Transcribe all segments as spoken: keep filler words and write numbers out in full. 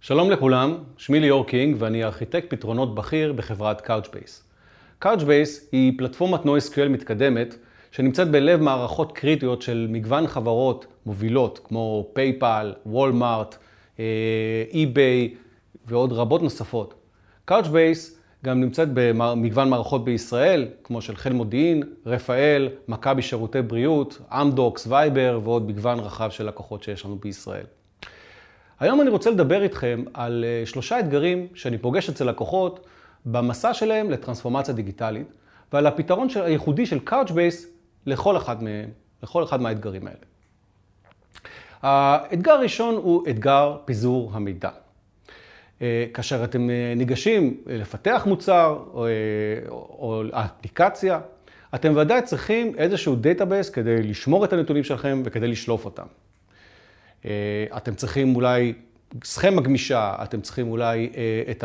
שלום לכולם, שמי ליאור קינג ואני ארכיטקט פתרונות בכיר בחברת Couchbase. Couchbase היא פלטפורמת NoSQL מתקדמת שנמצאת בלב מערכות קריטיות של מגוון חברות מובילות כמו פייפל, וולמארט, eBay ועוד רבות נוספות. Couchbase גם נמצאת במגוון מערכות בישראל כמו של חיל מודיעין, רפאל, מכבי שירותי בריאות, אמדוקס, וייבר ועוד מגוון רחב של לקוחות שיש לנו בישראל. היום אני רוצה לדבר איתכם על שלושה אתגרים שאני פוגש אצל לקוחות במסע שלהם לטרנספורמציה דיגיטלית ועל הפתרון הייחודי של Couchbase לכל אחד מהם, לכל אחד מהאתגרים האלה. האתגר הראשון הוא אתגר פיזור המידע. כאשר אתם ניגשים לפתח מוצר או, או אפליקציה, אתם ודאי צריכים איזשהו דאטאבייס כדי לשמור את הנתונים שלכם וכדי לשלוף אותם. אתם צריכים אולי סכמה גמישה, אתם צריכים אולי את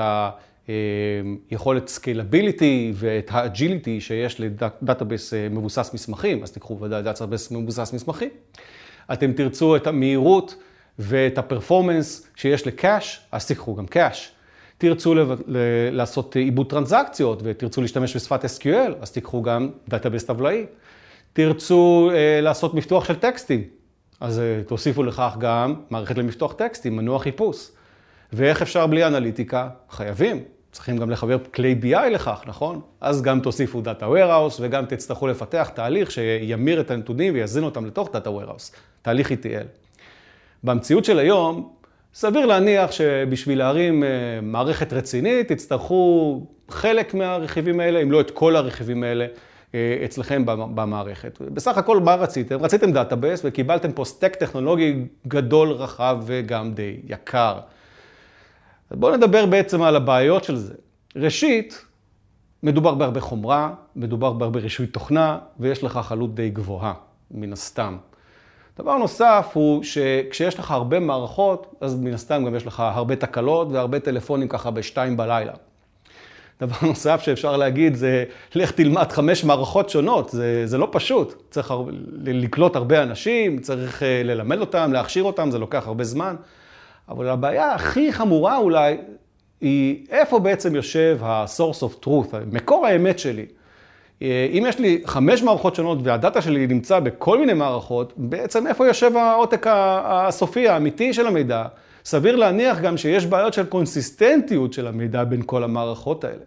היכולת סקיילביליטי ואת האג'יליטי שיש לדאטאבייס מבוסס מסמכים, אז תיקחו ודאי דאטאבייס מבוסס מסמכים. אתם תרצו את המהירות ואת הפרפורמנס שיש לקאש, אז תיקחו גם קאש. תרצו לעשות עיבוד טרנזקציות ותרצו להשתמש בשפת אס קיו אל, אז תיקחו גם דאטאבייס טבלאי. תרצו לעשות מפתוח של טקסטים. אז תוסיפו לכך גם מערכת למפתוח טקסטים, מנוע חיפוש. ואיך אפשר בלי אנליטיקה? חייבים. צריכים גם לחבר כלי בי איי לכך, נכון? אז גם תוסיפו דאטה warehouse וגם תצטרכו לפתח תהליך שימיר את הנתונים ויזין אותם לתוך דאטה warehouse. תהליך אי טי אל. במציאות של היום, סביר להניח שבשביל להרים מערכת רצינית, תצטרכו חלק מהרכיבים האלה, אם לא את כל הרכיבים האלה, אצלכם במערכת. בסך הכל מה רציתם? רציתם דאטאבייס וקיבלתם פה סטק טכנולוגי גדול, רחב וגם די יקר. בואו נדבר בעצם על הבעיות של זה. ראשית, מדובר בהרבה חומרה, מדובר בהרבה רישוי תוכנה, ויש לך עלות די גבוהה, מן הסתם. דבר נוסף הוא שכשיש לך הרבה מערכות, אז מן הסתם גם יש לך הרבה תקלות והרבה טלפונים ככה בשתיים בלילה. דבר נוסף שאפשר להגיד זה, לך תלמד חמש מערכות שונות, זה, זה לא פשוט. צריך הר... לקלוט הרבה אנשים, צריך ללמד אותם, להכשיר אותם, זה לוקח הרבה זמן. אבל הבעיה הכי חמורה אולי, היא איפה בעצם יושב ה-source of truth, מקור האמת שלי. אם יש לי חמש מערכות שונות והדאטה שלי נמצא בכל מיני מערכות, בעצם איפה יושב העותק הסופי, האמיתי של המידע? סביר להניח גם שיש בעיות של קונסיסטנטיות של המידע בין כל המערכות האלה.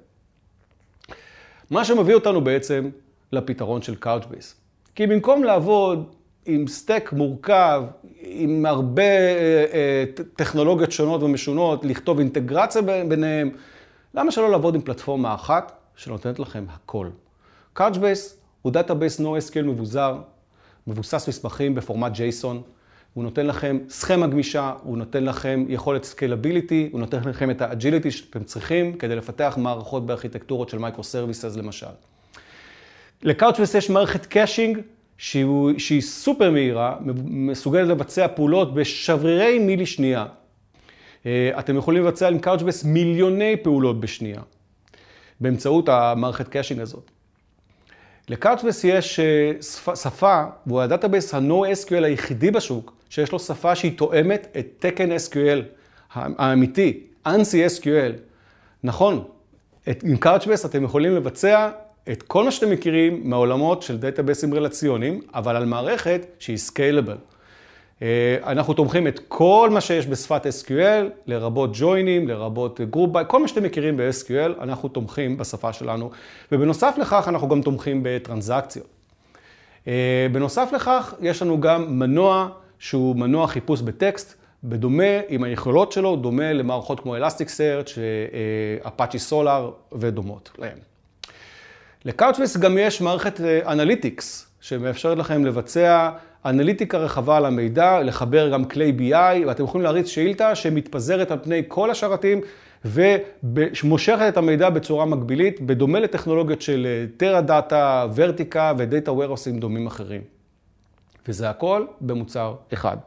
מה שמביא אותנו בעצם לפתרון של Couchbase. כי במקום לעבוד עם סטק מורכב, עם הרבה טכנולוגיות שונות ומשונות, לכתוב אינטגרציה ביניהם, למה שלא לעבוד עם פלטפורמה אחת שנותנת לכם הכל? Couchbase הוא דאטאבייס NoSQL מבוזר, מבוסס מסמכים בפורמט ג'ייסון, הוא נותן לכם סכמה גמישה, הוא נותן לכם יכולת סקיילביליטי, הוא נותן לכם את האג'יליטי שאתם צריכים כדי לפתח מערכות בארכיטקטורות של מייקרו סרוויסס למשל. ל-Couchbase יש מערכת קאשינג שהיא, שהיא סופר מהירה, מסוגלת לבצע פעולות בשברירי מילי שנייה. אתם יכולים לבצע עם Couchbase מיליוני פעולות בשנייה, באמצעות המערכת קאשינג הזאת. ל-Couchbase יש שפה, והוא הדאטאבייס ה-NoSQL היחידי בשוק, שיש לו שפה שהיא תואמת את תקן אס קיו אל האמיתי, אנסי אס קיו אל. נכון, עם Couchbase אתם יכולים לבצע את כל מה שאתם מכירים מהעולמות של דאטאבייסים רלציוניים, אבל על מערכת שהיא סקיילבל. אנחנו תומכים את כל מה שיש בשפת אס קיו אל, לרבות ג'וינים, לרבות גרופ ביי, כל מה שאתם מכירים ב-אס קיו אל, אנחנו תומכים בשפה שלנו. ובנוסף לכך, אנחנו גם תומכים בטרנזקציות. בנוסף לכך, יש לנו גם מנוע שהוא מנוע חיפוש בטקסט, בדומה עם היכולות שלו, דומה למערכות כמו Elasticsearch, Apache Solr ודומות להם. ל-Couchbase גם יש מערכת אנליטיקס, שמאפשרת לכם לבצע אנליטיקה רחבה על המידע, לחבר גם כלי בי איי, ואתם יכולים להריץ שאילתה שמתפזרת על פני כל השרתים, ומושכת את המידע בצורה מקבילית, בדומה לטכנולוגיות של טרה-דאטה, ורטיקה ודאטה warehousing דומים אחרים. וזה הכל במוצר אחד.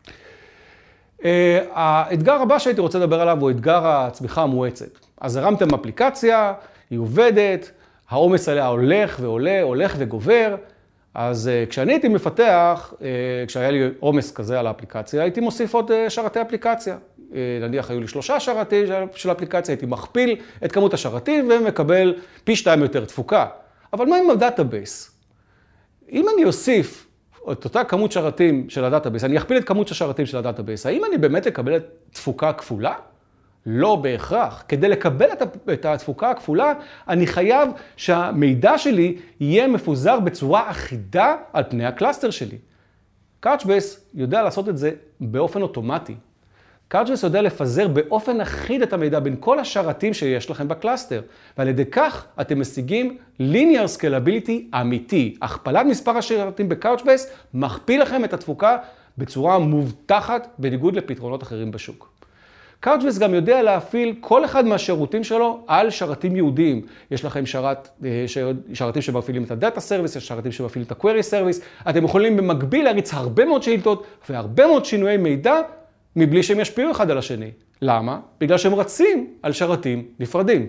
האתגר הבא שהייתי רוצה לדבר עליו הוא אתגר הצמיחה המואצת. אז הרמתם אפליקציה, היא עובדת, העומס עליה הולך ועולה, הולך וגובר, אז כשאני הייתי מפתח, כשהיה לי עומס כזה על האפליקציה, הייתי מוסיף עוד שרתי אפליקציה. נניח היו לי שלושה שרתים של האפליקציה, הייתי מכפיל את כמות השרתים ומקבל פי שתיים יותר תפוקה. אבל מה עם הדאטאבייס? אם אני אוסיף את אותה כמות שרתים של הדאטאבייס, אני אכפיל את כמות השרתים של הדאטאבייס, האם אני באמת אקבל את תפוקה כפולה? לא בהכרח. כדי לקבל את התפוקה הכפולה, אני חייב שהמידע שלי יהיה מפוזר בצורה אחידה על פני הקלאסטר שלי. Couchbase יודע לעשות את זה באופן אוטומטי. Couchbase יודע לפזר באופן אחיד את המידע בין כל השרתים שיש לכם בקלאסטר, ועל ידי כך אתם משיגים linear scalability אמיתי. הכפלת מספר השרתים ב-Couchbase מכפיל לכם את התפוקה בצורה מובטחת בניגוד לפתרונות אחרים בשוק. Couchbase גם יודע להפעיל כל אחד מהשירותים שלו על שרתים ייעודיים. יש לכם שרת, שרתים שמפעילים את ה-Data Service, יש שרתים שמפעילים את ה-Query Service. אתם יכולים במקביל להריץ הרבה מאוד שאילתות והרבה מאוד שינויי מידע מבלי שהם ישפיעו אחד על השני. למה? בגלל שהם רצים על שרתים נפרדים.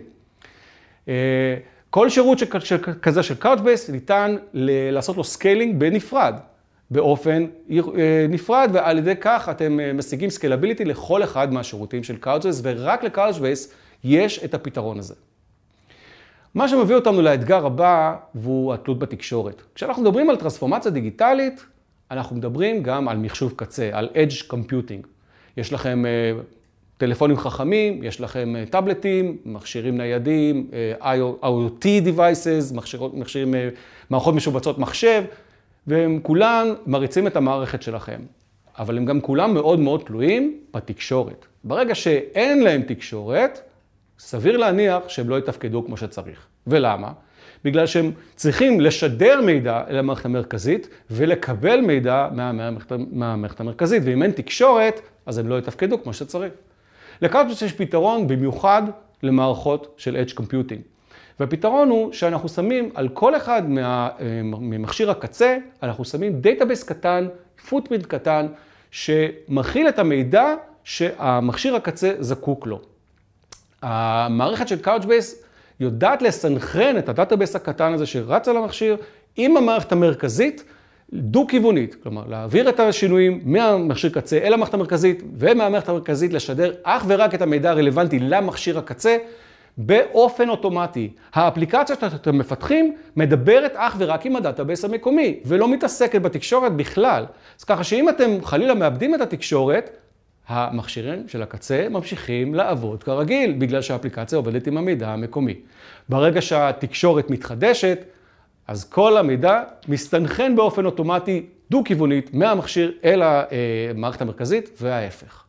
כל שירות כזה של Couchbase ניתן לעשות לו סקיילינג בנפרד. באופן נפרד, ועל ידי כך אתם משיגים סקלביליטי לכל אחד מהשירותים של Couchbase, ורק ל-Couchbase יש את הפתרון הזה. מה שמביא אותנו לאתגר הבא, והוא התלות בתקשורת. כשאנחנו מדברים על טרנספורמציה דיגיטלית, אנחנו מדברים גם על מחשוב קצה, על Edge Computing. יש לכם טלפונים חכמים, יש לכם טאבלטים, מכשירים ניידים, I O T devices, מכשירים, מערכות משובצות מחשב, והם כולם מריצים את המערכת שלכם. אבל הם גם כולם מאוד מאוד תלויים בתקשורת. ברגע שאין להם תקשורת, סביר להניח שהם לא יתפקדו כמו שצריך. ולמה? בגלל שהם צריכים לשדר מידע אל המערכת המרכזית, ולקבל מידע מהמערכת, מהמערכת המרכזית. ואם אין תקשורת, אז הם לא יתפקדו כמו שצריך. ל-Couchbase יש פתרון במיוחד למערכות של Edge Computing. והפתרון הוא שאנחנו שמים על כל אחד מה, ממכשיר הקצה, אנחנו שמים דאטאבייס קטן, פוטפרינט קטן, שמכיל את המידע שהמכשיר הקצה זקוק לו. המערכת של Couchbase יודעת לסנכרן את הדאטאבייס הקטן הזה שרץ על המכשיר עם המערכת המרכזית דו-כיוונית. כלומר, להעביר את השינויים מהמכשיר קצה אל המערכת המרכזית, ומהמערכת המרכזית לשדר אך ורק את המידע הרלוונטי למכשיר הקצה, באופן אוטומטי. האפליקציה שאתם מפתחים מדברת אך ורק עם הדאטאבייס המקומי, ולא מתעסקת בתקשורת בכלל. אז ככה שאם אתם חלילה מאבדים את התקשורת, המכשירים של הקצה ממשיכים לעבוד כרגיל, בגלל שהאפליקציה עובדת עם המידע המקומי. ברגע שהתקשורת מתחדשת, אז כל המידע מסתנכרן באופן אוטומטי דו-כיוונית מהמכשיר אל המערכת המרכזית וההפך.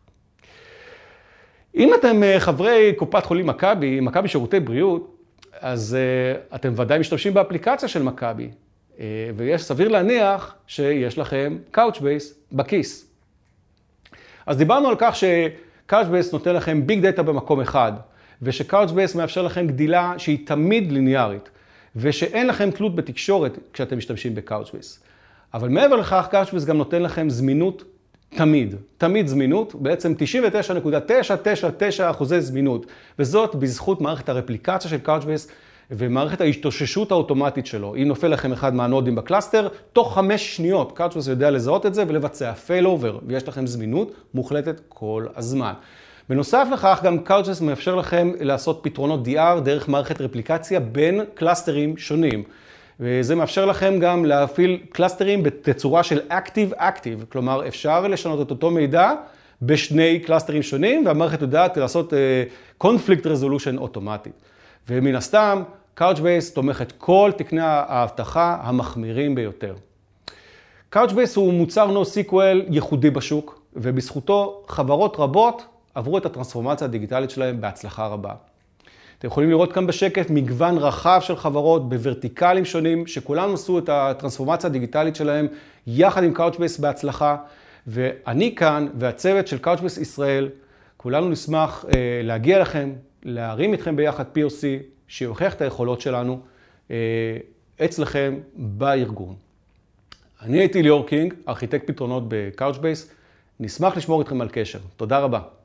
אם אתם חברי קופת חולים מכבי, מכבי שירותי בריאות, אז אתם ודאי משתמשים באפליקציה של מכבי, ויש סביר להניח שיש לכם Couchbase בכיס. אז דיברנו על כך ש-Couchbase נותן לכם ביג דאטה במקום אחד, וש-Couchbase מאפשר לכם גדילה שהיא תמיד ליניארית, ושאין לכם תלות בתקשורת כשאתם משתמשים ב-Couchbase. אבל מעבר לכך, Couchbase גם נותן לכם זמינות תמיד, תמיד זמינות, בעצם תשעים ותשע נקודה תשע תשע תשע אחוזי זמינות, וזאת בזכות מערכת הרפליקציה של Couchbase ומערכת ההשתוששות האוטומטית שלו. אם נופל לכם אחד מהנודים בקלאסטר, תוך חמש שניות Couchbase יודע לזהות את זה ולבצע פייל-אובר, ויש לכם זמינות מוחלטת כל הזמן. בנוסף לכך, גם Couchbase מאפשר לכם לעשות פתרונות די אר דרך מערכת רפליקציה בין קלאסטרים שונים. וזה מאפשר לכם גם להפעיל קלאסטרים בתצורה של Active-Active, כלומר אפשר לשנות את אותו מידע בשני קלאסטרים שונים, והמערכת יודעת לעשות Conflict Resolution אוטומטית. ומן הסתם, Couchbase תומך את כל תקני האבטחה המחמירים ביותר. Couchbase הוא מוצר NoSQL ייחודי בשוק, ובזכותו חברות רבות עברו את הטרנספורמציה הדיגיטלית שלהם בהצלחה רבה. אתם יכולים לראות כאן בשקף מגוון רחב של חברות בוורטיקלים שונים, שכולם עשו את הטרנספורמציה הדיגיטלית שלהם יחד עם Couchbase בהצלחה. ואני כאן והצוות של Couchbase ישראל, כולנו נשמח אה, להגיע לכם, להרים איתכם ביחד פי או סי, שיוכיח את היכולות שלנו אה, אצלכם בארגון. אני הייתי ליאור קינג, ארכיטקט פתרונות ב-Couchbase. נשמח לשמור איתכם על קשר. תודה רבה.